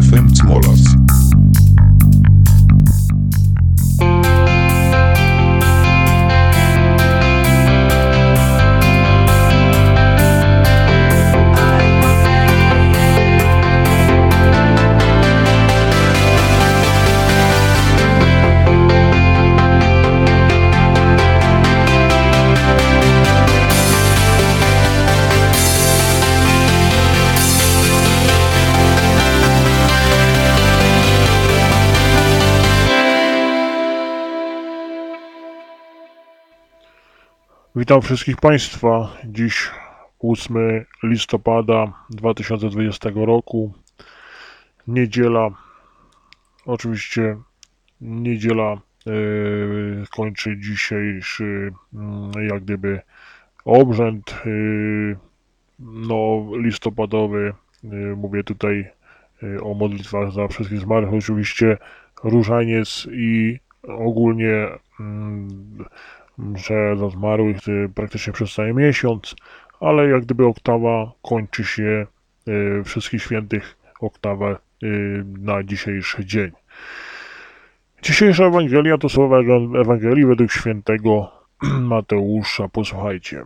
FM Smolas. Witam wszystkich Państwa. Dziś 8 listopada 2020 roku. Niedziela. Oczywiście niedziela kończy dzisiejszy jak gdyby obrzęd listopadowy. Mówię tutaj o modlitwach za wszystkich zmarłych. Oczywiście różaniec i ogólnie msze za zmarłych praktycznie przez cały miesiąc, ale jak gdyby oktawa kończy się, wszystkich świętych oktawa na dzisiejszy dzień. Dzisiejsza Ewangelia to słowa Ewangelii według świętego Mateusza. Posłuchajcie.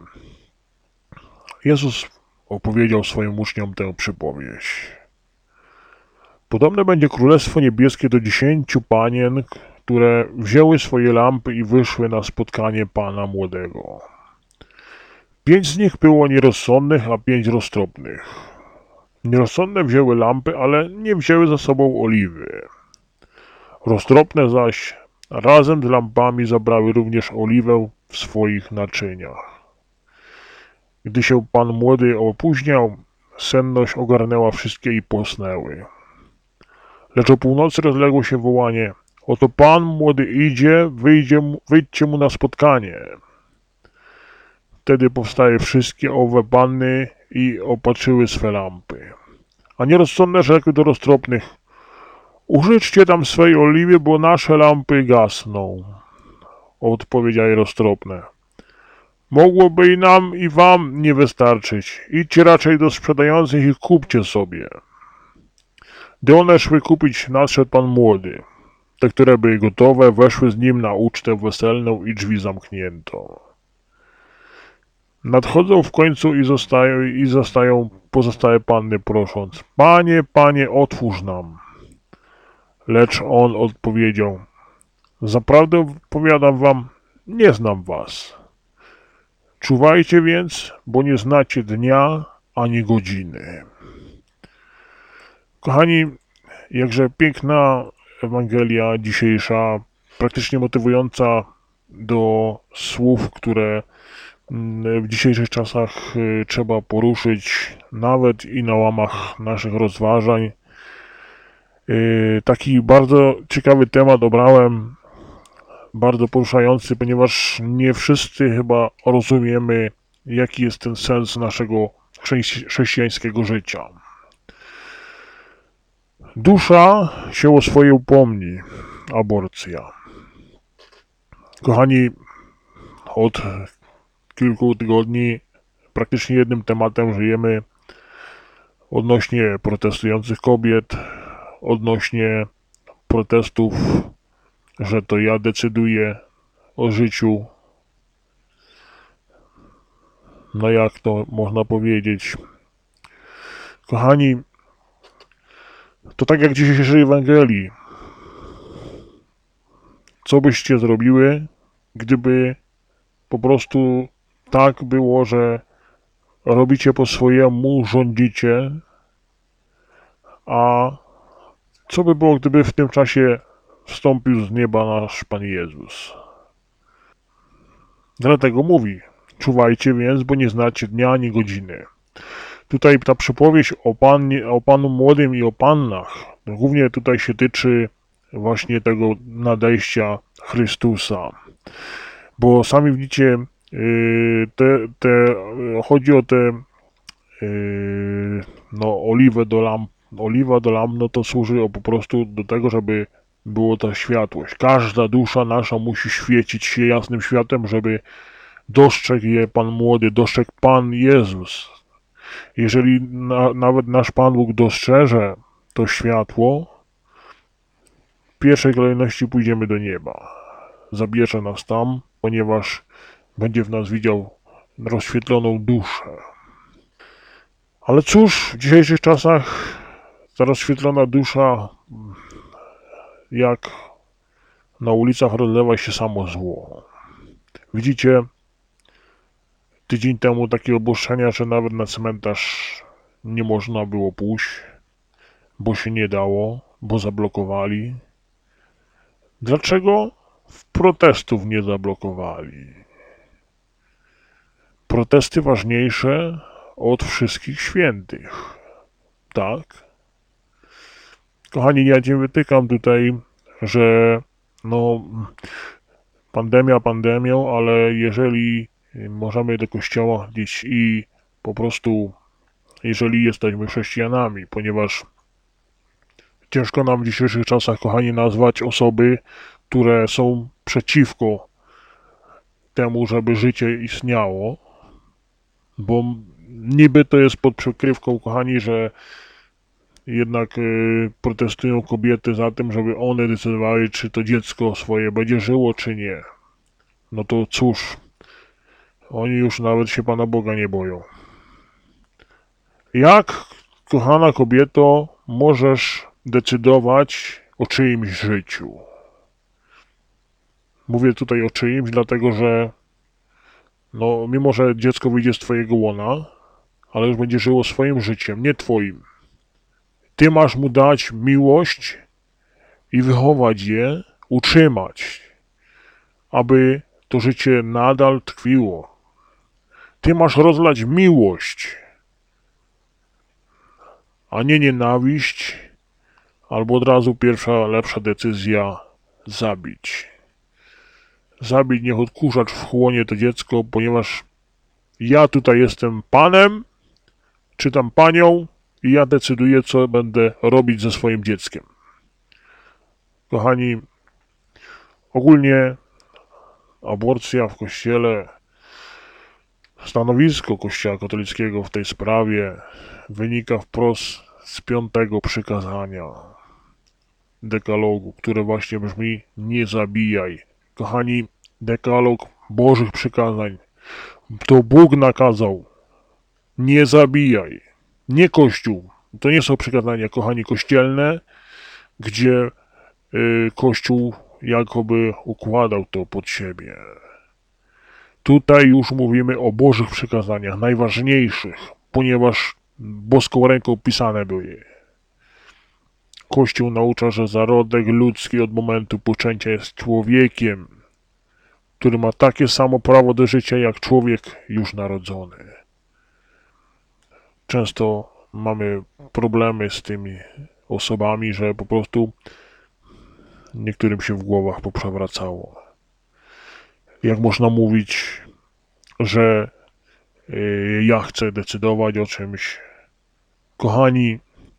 Jezus opowiedział swoim uczniom tę przypowieść. Podobne będzie Królestwo Niebieskie do 10 panien, które wzięły swoje lampy i wyszły na spotkanie Pana młodego. 5 z nich było nierozsądnych, a 5 roztropnych. Nierozsądne wzięły lampy, ale nie wzięły za sobą oliwy. Roztropne zaś razem z lampami zabrały również oliwę w swoich naczyniach. Gdy się Pan młody opóźniał, senność ogarnęła wszystkie i posnęły. Lecz o północy rozległo się wołanie: oto Pan młody idzie, wyjdźcie mu na spotkanie. Wtedy powstały wszystkie owe panny i opatrzyły swe lampy. A nierozsądne rzekły do roztropnych: użyczcie tam swej oliwy, bo nasze lampy gasną. Odpowiedziały roztropne: mogłoby i nam, i wam nie wystarczyć. Idźcie raczej do sprzedających i kupcie sobie. Gdy one szły kupić, nadszedł Pan młody. Te, które były gotowe, weszły z nim na ucztę weselną i drzwi zamknięto. Nadchodzą w końcu i zostają pozostałe panny, prosząc: Panie, Panie, otwórz nam. Lecz on odpowiedział: zaprawdę powiadam wam, nie znam was. Czuwajcie więc, bo nie znacie dnia ani godziny. Kochani, jakże piękna Ewangelia dzisiejsza, praktycznie motywująca do słów, które w dzisiejszych czasach trzeba poruszyć, nawet i na łamach naszych rozważań. Taki bardzo ciekawy temat obrałem, bardzo poruszający, ponieważ nie wszyscy chyba rozumiemy, jaki jest ten sens naszego chrześcijańskiego życia. Dusza się o swoje upomni. Aborcja. Kochani, od kilku tygodni praktycznie jednym tematem żyjemy odnośnie protestujących kobiet, odnośnie protestów, że to ja decyduję o życiu. No jak to można powiedzieć? Kochani, to tak jak w dzisiejszej Ewangelii. Co byście zrobiły, gdyby po prostu tak było, że robicie po swojemu, rządzicie, a co by było, gdyby w tym czasie wstąpił z nieba nasz Pan Jezus? Dlatego mówi: czuwajcie więc, bo nie znacie dnia ani godziny. Tutaj ta przypowieść o Panu młodym i o pannach, głównie tutaj się tyczy właśnie tego nadejścia Chrystusa. Bo sami widzicie, chodzi o te oliwę do lamp. Oliwa do lamp, no to służy po prostu do tego, żeby było ta światłość. Każda dusza nasza musi świecić się jasnym światłem, żeby dostrzegł je Pan młody, dostrzegł Pan Jezus. Jeżeli nawet nasz Pan Bóg dostrzeże to światło, w pierwszej kolejności pójdziemy do nieba. Zabierze nas tam, ponieważ będzie w nas widział rozświetloną duszę. Ale cóż, w dzisiejszych czasach ta rozświetlona dusza, jak na ulicach rozlewa się samo zło. Widzicie, tydzień temu takie obostrzenia, że nawet na cmentarz nie można było pójść, bo się nie dało, bo zablokowali. Dlaczego protestów nie zablokowali? Protesty ważniejsze od wszystkich świętych. Tak? Kochani, ja nie wytykam tutaj, że pandemia pandemią, ale jeżeli możemy do kościoła chodzić i po prostu, jeżeli jesteśmy chrześcijanami, ponieważ ciężko nam w dzisiejszych czasach, kochani, nazwać osoby, które są przeciwko temu, żeby życie istniało, bo niby to jest pod przykrywką, kochani, że jednak protestują kobiety za tym, żeby one decydowały, czy to dziecko swoje będzie żyło, czy nie. No to cóż, oni już nawet się Pana Boga nie boją. Jak, kochana kobieto, możesz decydować o czyimś życiu? Mówię tutaj o czyimś, dlatego że mimo że dziecko wyjdzie z twojego łona, ale już będzie żyło swoim życiem, nie twoim. Ty masz mu dać miłość i wychować je, utrzymać, aby to życie nadal tkwiło. Ty masz rozlać miłość, a nie nienawiść, albo od razu pierwsza, lepsza decyzja zabić. Zabić, niech odkurzacz wchłonie to dziecko, ponieważ ja tutaj jestem panem, czy tam panią i ja decyduję, co będę robić ze swoim dzieckiem. Kochani, ogólnie aborcja w Kościele, stanowisko Kościoła katolickiego w tej sprawie wynika wprost z 5. przykazania dekalogu, które właśnie brzmi: nie zabijaj. Kochani, dekalog Bożych przykazań to Bóg nakazał: nie zabijaj, nie Kościół. To nie są przykazania, kochani, kościelne, gdzie Kościół jakoby układał to pod siebie. Tutaj już mówimy o Bożych przykazaniach, najważniejszych, ponieważ boską ręką pisane były. Kościół naucza, że zarodek ludzki od momentu poczęcia jest człowiekiem, który ma takie samo prawo do życia jak człowiek już narodzony. Często mamy problemy z tymi osobami, że po prostu niektórym się w głowach poprzewracało. Jak można mówić, że ja chcę decydować o czymś? Kochani,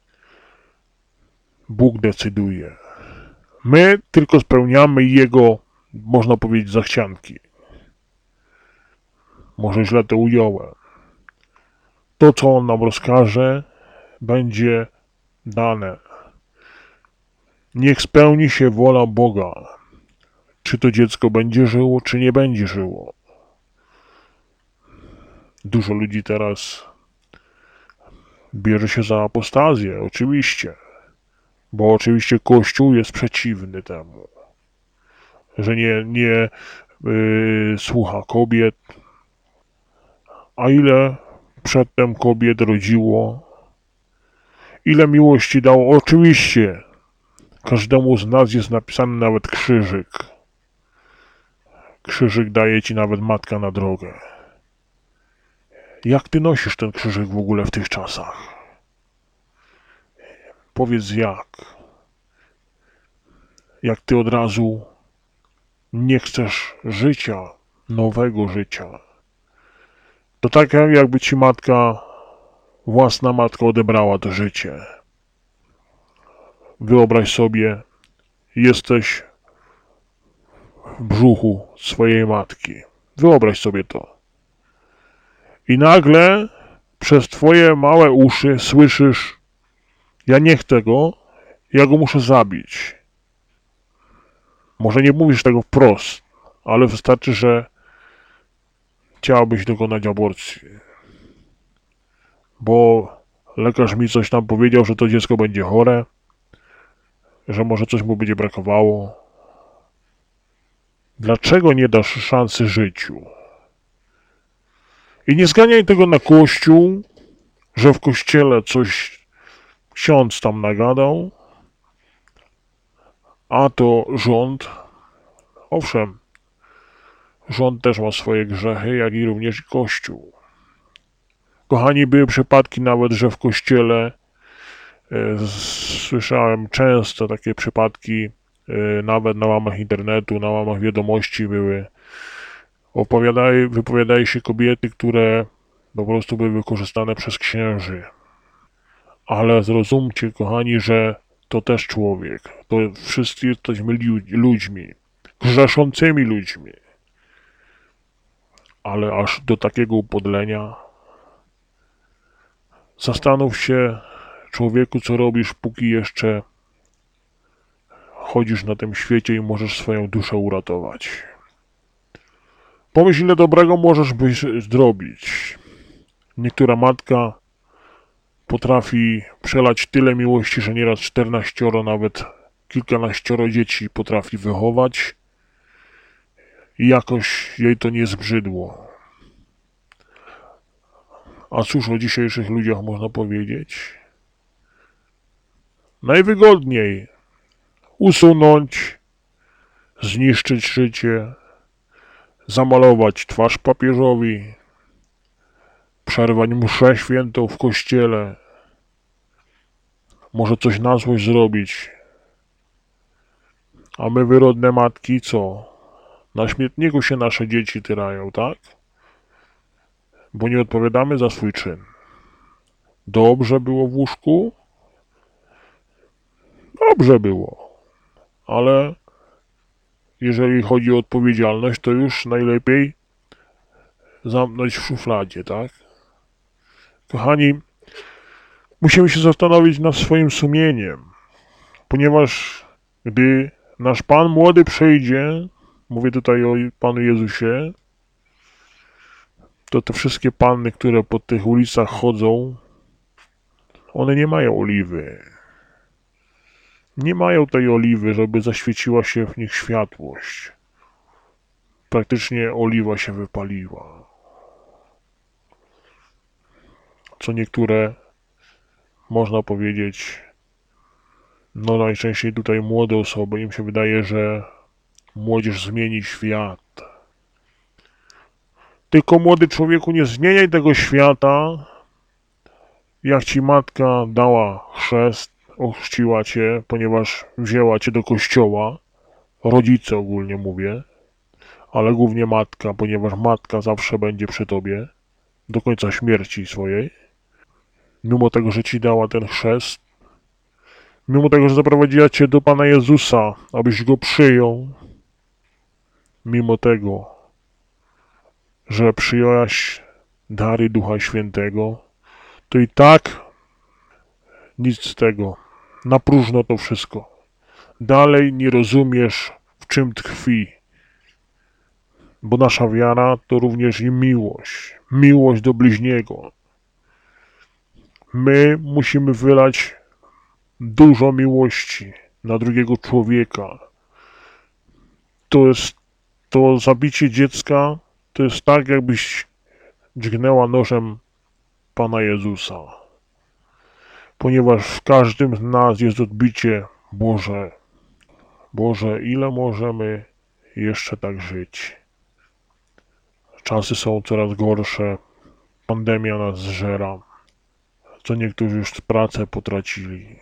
Bóg decyduje. My tylko spełniamy Jego, można powiedzieć, zachcianki. Może źle to ująłem. To, co On nam rozkaże, będzie dane. Niech spełni się wola Boga. Czy to dziecko będzie żyło, czy nie będzie żyło. Dużo ludzi teraz bierze się za apostazję, oczywiście. Bo oczywiście Kościół jest przeciwny temu, że nie słucha kobiet. A ile przedtem kobiet rodziło? Ile miłości dało? Oczywiście. Każdemu z nas jest napisany nawet krzyżyk. Krzyżyk daje ci nawet matka na drogę. Jak ty nosisz ten krzyżyk w ogóle w tych czasach? Powiedz jak. Jak ty od razu nie chcesz życia, nowego życia. To tak jakby ci własna matka odebrała to życie. Wyobraź sobie, jesteś w brzuchu swojej matki. Wyobraź sobie to. I nagle przez twoje małe uszy słyszysz Ja nie chcę go, ja go muszę zabić. Może nie mówisz tego wprost, ale wystarczy, że chciałabyś dokonać aborcji. Bo lekarz mi coś tam powiedział, że to dziecko będzie chore, że może coś mu będzie brakowało. Dlaczego nie dasz szansy życiu? I nie zganiaj tego na kościół, że w kościele coś ksiądz tam nagadał, a to rząd. Owszem, rząd też ma swoje grzechy, jak i również Kościół. Kochani, były przypadki nawet, że w kościele słyszałem często takie przypadki, nawet na łamach internetu, na łamach wiadomości były. Wypowiadały się kobiety, które po prostu były wykorzystane przez księży. Ale zrozumcie, kochani, że to też człowiek. To wszyscy jesteśmy ludźmi, grzeszącymi ludźmi. Ale aż do takiego upodlenia. Zastanów się, człowieku, co robisz, póki jeszcze chodzisz na tym świecie i możesz swoją duszę uratować. Pomyśl, ile dobrego możesz zrobić. Niektóra matka potrafi przelać tyle miłości, że nieraz 14, nawet kilkanaścioro dzieci potrafi wychować i jakoś jej to nie zbrzydło. A cóż o dzisiejszych ludziach można powiedzieć? Najwygodniej usunąć, zniszczyć życie, zamalować twarz papieżowi, przerwać mszę świętą w kościele, może coś na złość zrobić. A my, wyrodne matki, co? Na śmietniku się nasze dzieci tyrają, tak? Bo nie odpowiadamy za swój czyn. Dobrze było w łóżku? Dobrze było. Ale jeżeli chodzi o odpowiedzialność, to już najlepiej zamknąć w szufladzie, tak? Kochani, musimy się zastanowić nad swoim sumieniem, ponieważ gdy nasz Pan młody przyjdzie, mówię tutaj o Panu Jezusie, to te wszystkie panny, które po tych ulicach chodzą, one nie mają oliwy. Nie mają tej oliwy, żeby zaświeciła się w nich światłość. Praktycznie oliwa się wypaliła. Co niektóre, można powiedzieć, no najczęściej tutaj młode osoby, im się wydaje, że młodzież zmieni świat. Tylko, młody człowieku, nie zmieniaj tego świata, jak ci matka dała chrzest, ochrzciła cię, ponieważ wzięła cię do kościoła, rodzice ogólnie mówię, ale głównie matka, ponieważ matka zawsze będzie przy tobie do końca śmierci swojej. Mimo tego, że ci dała ten chrzest, mimo tego, że zaprowadziła cię do Pana Jezusa, abyś Go przyjął, mimo tego, że przyjęłaś dary Ducha Świętego, to i tak nic z tego. Na próżno to wszystko. Dalej nie rozumiesz, w czym tkwi. Bo nasza wiara to również i miłość. Miłość do bliźniego. My musimy wylać dużo miłości na drugiego człowieka. To zabicie dziecka, to jest tak, jakbyś dźgnęła nożem Pana Jezusa. Ponieważ w każdym z nas jest odbicie: Boże, Boże, ile możemy jeszcze tak żyć? Czasy są coraz gorsze, pandemia nas zżera, co niektórzy już pracę potracili.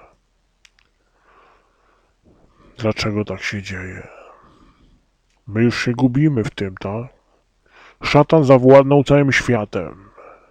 Dlaczego tak się dzieje? My już się gubimy w tym, tak? Szatan zawładnął całym światem.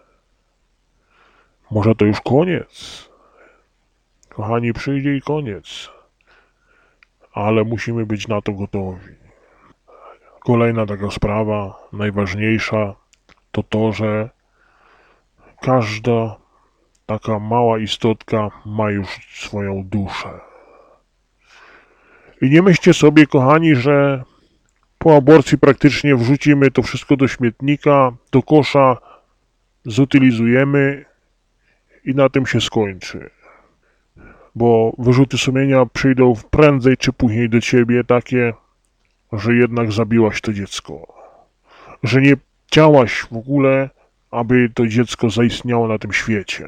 Może to już koniec? Kochani, przyjdzie i koniec. Ale musimy być na to gotowi. Kolejna taka sprawa, najważniejsza, to to, że każda taka mała istotka ma już swoją duszę. I nie myślcie sobie, kochani, że po aborcji praktycznie wrzucimy to wszystko do śmietnika, do kosza, zutylizujemy i na tym się skończy. Bo wyrzuty sumienia przyjdą prędzej czy później do ciebie takie, że jednak zabiłaś to dziecko. Że nie chciałaś w ogóle, aby to dziecko zaistniało na tym świecie.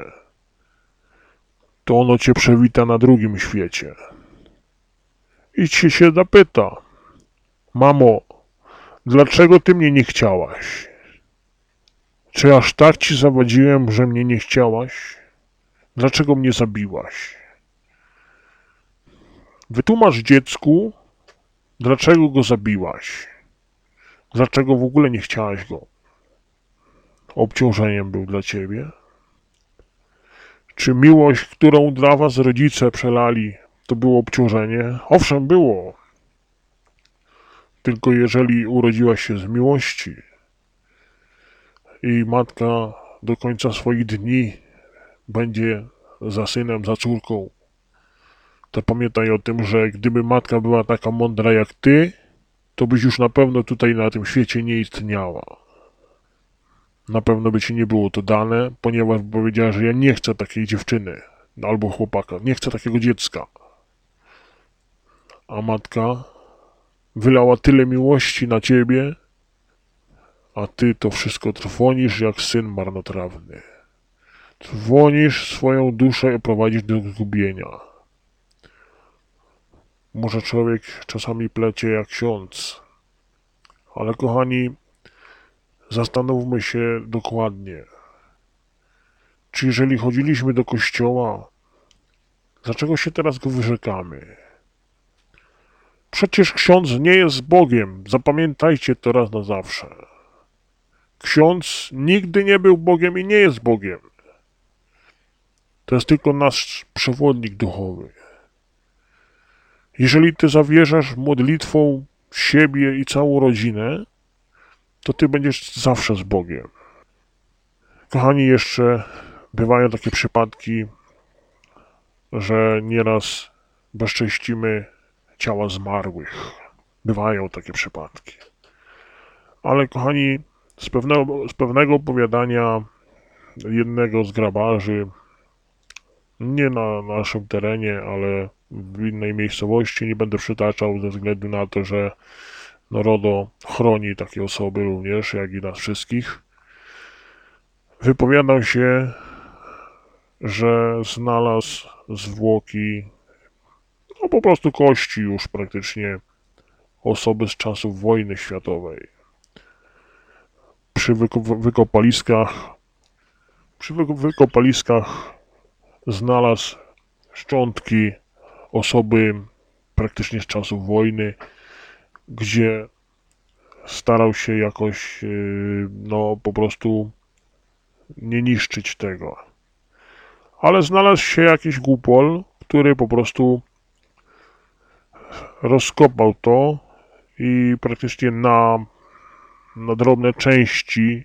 To ono cię przewita na drugim świecie. I ci się zapyta: mamo, dlaczego ty mnie nie chciałaś? Czy aż tak ci zawadziłem, że mnie nie chciałaś? Dlaczego mnie zabiłaś? Wytłumacz dziecku, dlaczego go zabiłaś. Dlaczego w ogóle nie chciałaś go? Obciążeniem był dla ciebie? Czy miłość, którą dla was rodzice przelali, to było obciążenie? Owszem, było. Tylko jeżeli urodziłaś się z miłości i matka do końca swoich dni będzie za synem, za córką, to pamiętaj o tym, że gdyby matka była taka mądra jak ty, to byś już na pewno tutaj na tym świecie nie istniała. Na pewno by ci nie było to dane, ponieważ powiedziała, że ja nie chcę takiej dziewczyny albo chłopaka, nie chcę takiego dziecka. A matka wylała tyle miłości na ciebie, a ty to wszystko trwonisz jak syn marnotrawny. Trwonisz swoją duszę i prowadzisz do zgubienia. Może człowiek czasami plecie jak ksiądz, ale kochani, zastanówmy się dokładnie, czy jeżeli chodziliśmy do kościoła, dlaczego się teraz go wyrzekamy? Przecież ksiądz nie jest Bogiem, zapamiętajcie to raz na zawsze. Ksiądz nigdy nie był Bogiem i nie jest Bogiem. To jest tylko nasz przewodnik duchowy. Jeżeli ty zawierzasz modlitwą siebie i całą rodzinę, to ty będziesz zawsze z Bogiem. Kochani, jeszcze bywają takie przypadki, że nieraz bezcześcimy ciała zmarłych. Bywają takie przypadki. Ale kochani, z pewnego opowiadania jednego z grabarzy, nie na naszym terenie, ale w innej miejscowości, nie będę przytaczał ze względu na to, że RODO chroni takie osoby również, jak i nas wszystkich. Wypowiadał się, że znalazł zwłoki, no po prostu kości już praktycznie osoby z czasów wojny światowej. Przy wykopaliskach znalazł szczątki osoby praktycznie z czasów wojny, gdzie starał się jakoś, no po prostu nie niszczyć tego. Ale znalazł się jakiś głupol, który po prostu rozkopał to i praktycznie na drobne części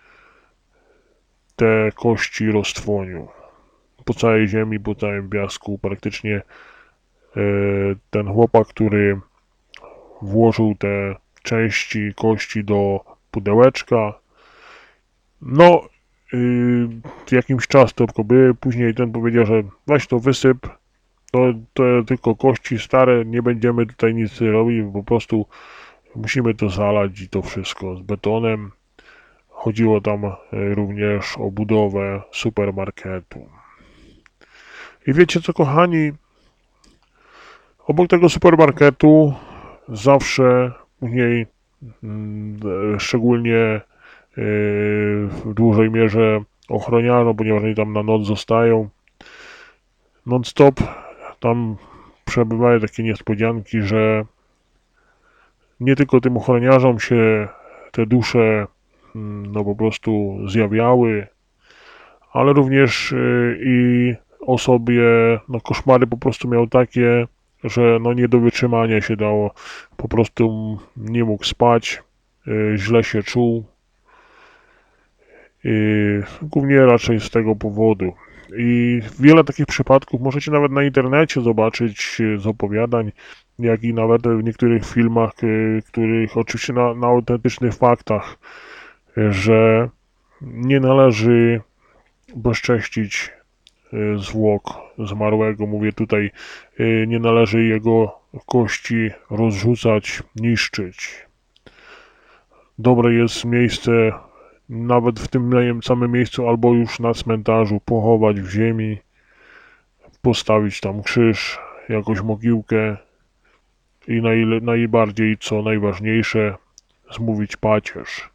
te kości roztwonił. Po całej ziemi, po całym piasku praktycznie ten chłopak, który włożył te części kości do pudełeczka, no jakimś czas to tylko były, później ten powiedział, że weź to wysyp, to tylko kości stare, nie będziemy tutaj nic robić, po prostu musimy to zalać i to wszystko z betonem. Chodziło tam również o budowę supermarketu. I wiecie co, kochani? Obok tego supermarketu zawsze później, szczególnie w dużej mierze ochroniano, ponieważ oni tam na noc zostają non-stop. Tam przebywały takie niespodzianki, że nie tylko tym ochroniarzom się te dusze no po prostu zjawiały, ale również i osobie, no koszmary po prostu miał takie, że no nie do wytrzymania się dało, po prostu nie mógł spać, źle się czuł, głównie raczej z tego powodu. I wiele takich przypadków możecie nawet na internecie zobaczyć z opowiadań, jak i nawet w niektórych filmach, których oczywiście na autentycznych faktach, że nie należy bezcześcić zwłok zmarłego. Mówię tutaj, nie należy jego kości rozrzucać, niszczyć. Dobre jest miejsce, nawet w tym samym miejscu, albo już na cmentarzu, pochować w ziemi, postawić tam krzyż, jakąś mogiłkę i najbardziej, co najważniejsze, zmówić pacierz.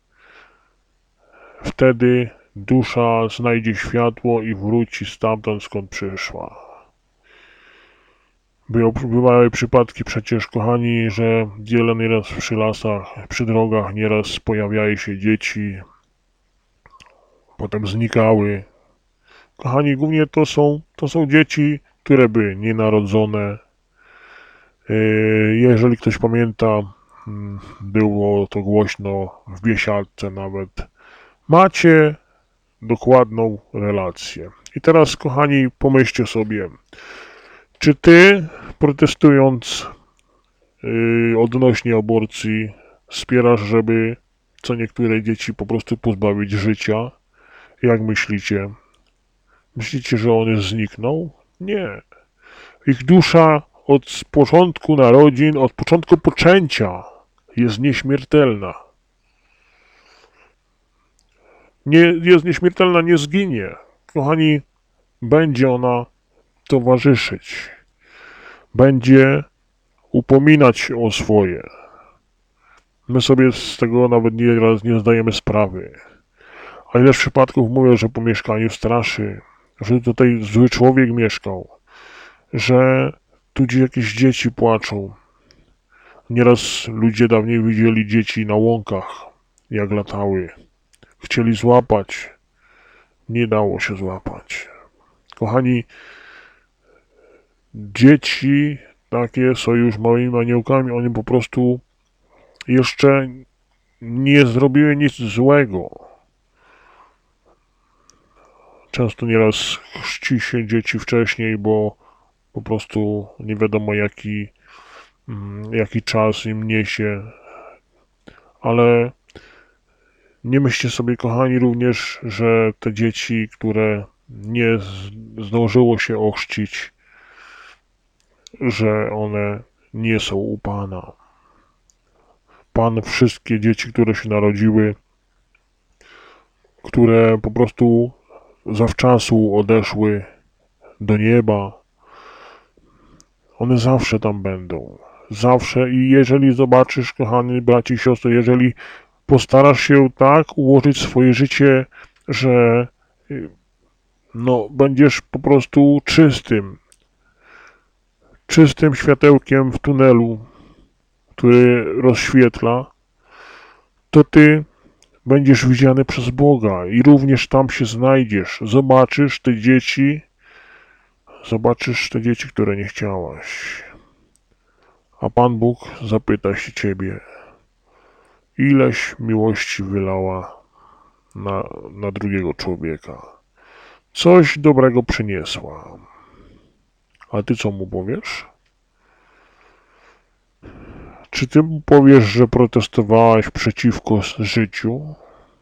Wtedy dusza znajdzie światło i wróci stamtąd, skąd przyszła. Bywały przypadki przecież, kochani, że nieraz przy lasach, przy drogach nieraz pojawiały się dzieci, potem znikały. Kochani, głównie to są dzieci, które były nienarodzone. Jeżeli ktoś pamięta, było to głośno w Biesiadce nawet. Macie dokładną relację. I teraz, kochani, pomyślcie sobie, czy ty, protestując odnośnie aborcji, wspierasz, żeby co niektóre dzieci po prostu pozbawić życia? Jak myślicie? Myślicie, że one znikną? Nie. Ich dusza od początku narodzin, od początku poczęcia jest nieśmiertelna. Jest nieśmiertelna, nie zginie. Kochani, będzie ona towarzyszyć. Będzie upominać się o swoje. My sobie z tego nawet nieraz nie zdajemy sprawy. A ileż przypadków mówię, że po mieszkaniu straszy, że tutaj zły człowiek mieszkał, że tu jakieś dzieci płaczą. Nieraz ludzie dawniej widzieli dzieci na łąkach, jak latały. Chcieli złapać. Nie dało się złapać. Kochani, dzieci takie są już małymi aniołkami, one po prostu jeszcze nie zrobiły nic złego. Często nieraz chrzci się dzieci wcześniej, bo po prostu nie wiadomo jaki czas im niesie. Ale nie myślcie sobie, kochani, również, że te dzieci, które nie zdążyło się ochrzcić, że one nie są u Pana. Pan wszystkie dzieci, które się narodziły, które po prostu zawczasu odeszły do nieba, one zawsze tam będą. Zawsze. I jeżeli zobaczysz, kochany braci i siostry, jeżeli postarasz się tak ułożyć swoje życie, że będziesz po prostu czystym światełkiem w tunelu, który rozświetla, to ty będziesz widziany przez Boga i również tam się znajdziesz. Zobaczysz te dzieci, które nie chciałaś. A Pan Bóg zapyta się ciebie, ileś miłości wylała na drugiego człowieka. Coś dobrego przyniosła. A ty co mu powiesz? Czy ty mu powiesz, że protestowałeś przeciwko życiu?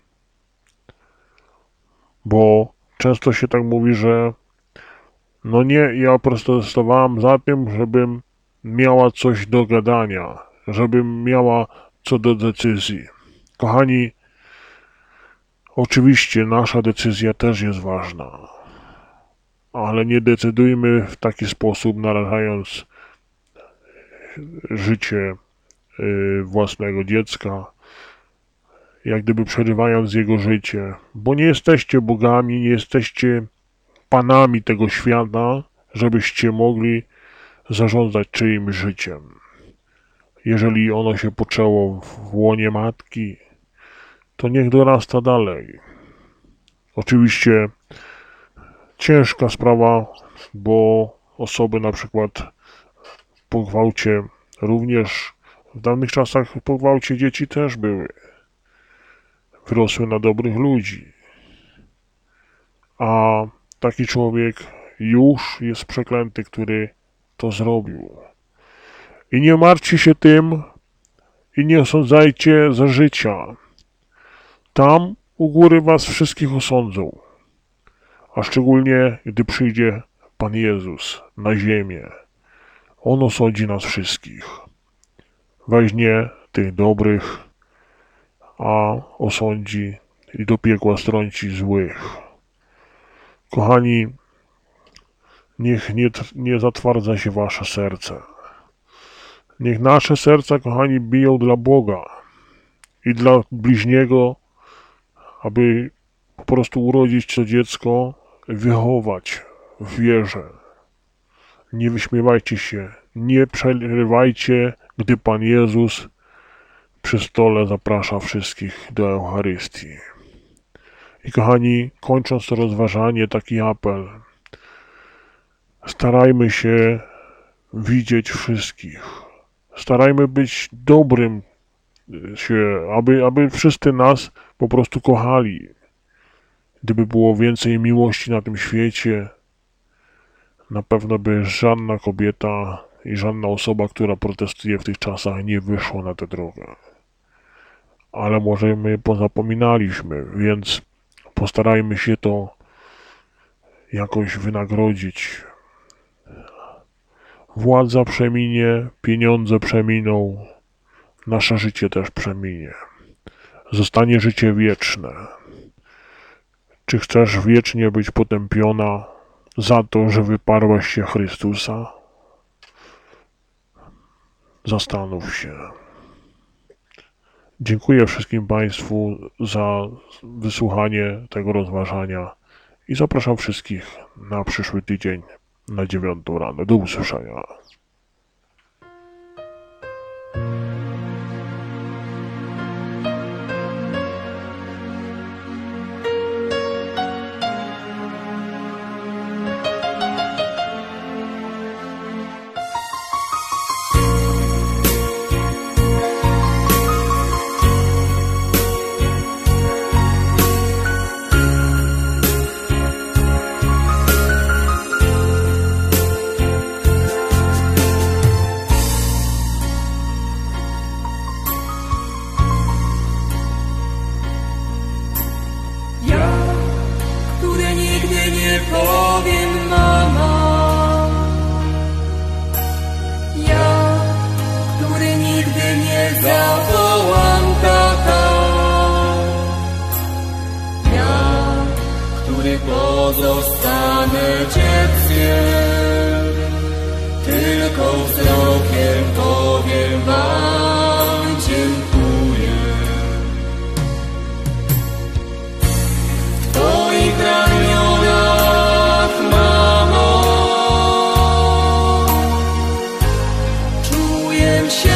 Bo często się tak mówi, że no nie, ja protestowałam za tym, żebym miała coś do gadania, żebym miała co do decyzji. Kochani, oczywiście nasza decyzja też jest ważna, ale nie decydujmy w taki sposób, narażając życie własnego dziecka, jak gdyby przerywając jego życie, bo nie jesteście bogami, nie jesteście panami tego świata, żebyście mogli zarządzać czyimś życiem. Jeżeli ono się poczęło w łonie matki, to niech dorasta dalej. Oczywiście ciężka sprawa, bo osoby na przykład po gwałcie również w dawnych czasach po gwałcie dzieci też były. Wyrosły na dobrych ludzi. A taki człowiek już jest przeklęty, który to zrobił. I nie martwcie się tym i nie osądzajcie za życia. Tam u góry was wszystkich osądzą, a szczególnie gdy przyjdzie Pan Jezus na ziemię. On osądzi nas wszystkich. Weźmie tych dobrych, a osądzi i do piekła strąci złych. Kochani, niech nie zatwardza się wasze serce. Niech nasze serca, kochani, biją dla Boga i dla bliźniego, aby po prostu urodzić to dziecko, wychować w wierze. Nie wyśmiewajcie się, nie przerywajcie, gdy Pan Jezus przy stole zaprasza wszystkich do Eucharystii. I kochani, kończąc to rozważanie, taki apel. Starajmy się widzieć wszystkich. Starajmy być dobrym aby wszyscy nas po prostu kochali. Gdyby było więcej miłości na tym świecie, na pewno by żadna kobieta i żadna osoba, która protestuje w tych czasach, nie wyszła na tę drogę. Ale może my pozapominaliśmy, więc postarajmy się to jakoś wynagrodzić. Władza przeminie, pieniądze przeminą, nasze życie też przeminie. Zostanie życie wieczne. Czy chcesz wiecznie być potępiona za to, że wyparłaś się Chrystusa? Zastanów się. Dziękuję wszystkim Państwu za wysłuchanie tego rozważania i zapraszam wszystkich na przyszły tydzień na 9 rano. Do usłyszenia. Zawołam tata, ja, który pozostanę dzieckiem, tylko wzrokiem powiem wam dziękuję. W twoich ramionach, mamo, czuję się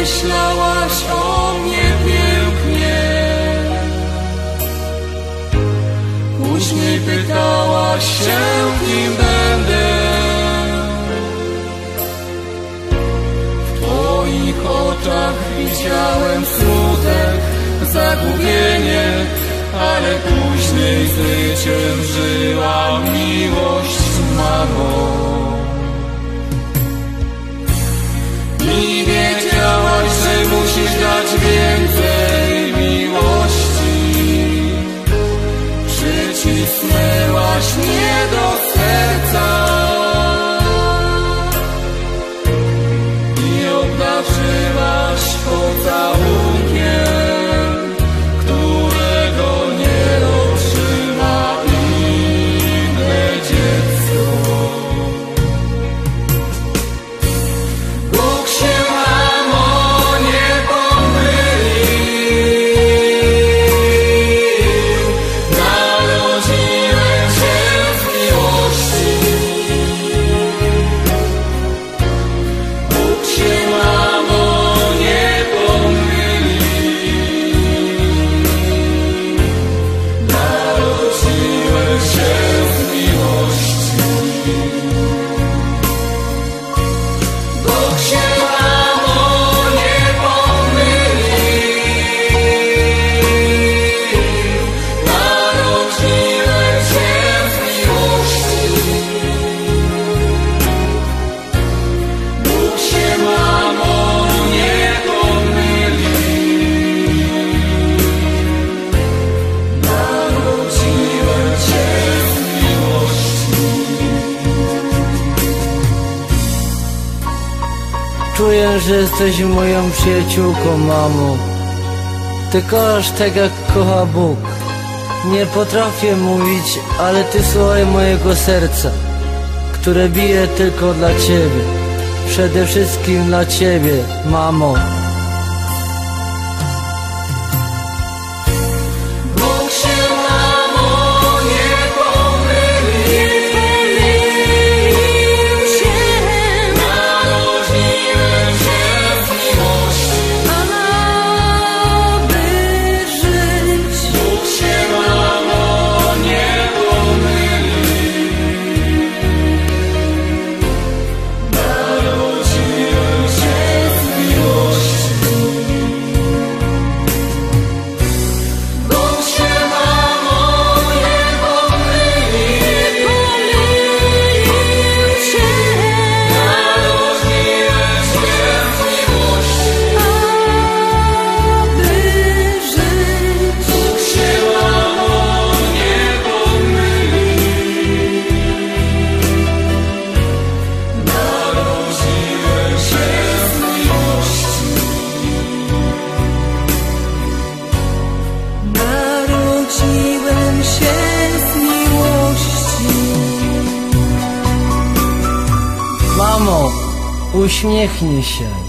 myślałaś o mnie pięknie. Później pytałaś się, kim będę. W twoich oczach widziałem smutek, zagubienie, ale później zwyciężyła miłość, mamo. I wiedziałaś, że musisz dać więcej miłości. Przycisnęłaś mnie do serca i obdarzyłaś pocałunkiem, którego nie otrzyma inne dziecko. Bóg się, mamo, nie pomylił. Narodziłem się z miłości. Bóg się, mamo, nie pomylił. Narodziłem się z miłości. Bóg się, mamo, nie pomylił. Narodziłem się z miłości. Bóg się, mamo, nie pomylił. Narodziłem się z miłości. Czuję, że jesteś moją przyjaciółką, mamo. Ty kochasz tak, jak kocha Bóg. Nie potrafię mówić, ale ty słuchaj mojego serca, które bije tylko dla ciebie. Przede wszystkim dla ciebie, mamo. Bóg się, mamo, nie pomylił. Narodziłem się z miłości. Bóg się, mamo, nie pomylił. Narodziłem się z miłości. Bóg się, mamo, nie pomylił. Narodziłem się z miłości. Bóg się, mamo, nie pomylił. Narodziłem się z miłości. Narodziłem się z miłości. Mamo, uśmiechnij się.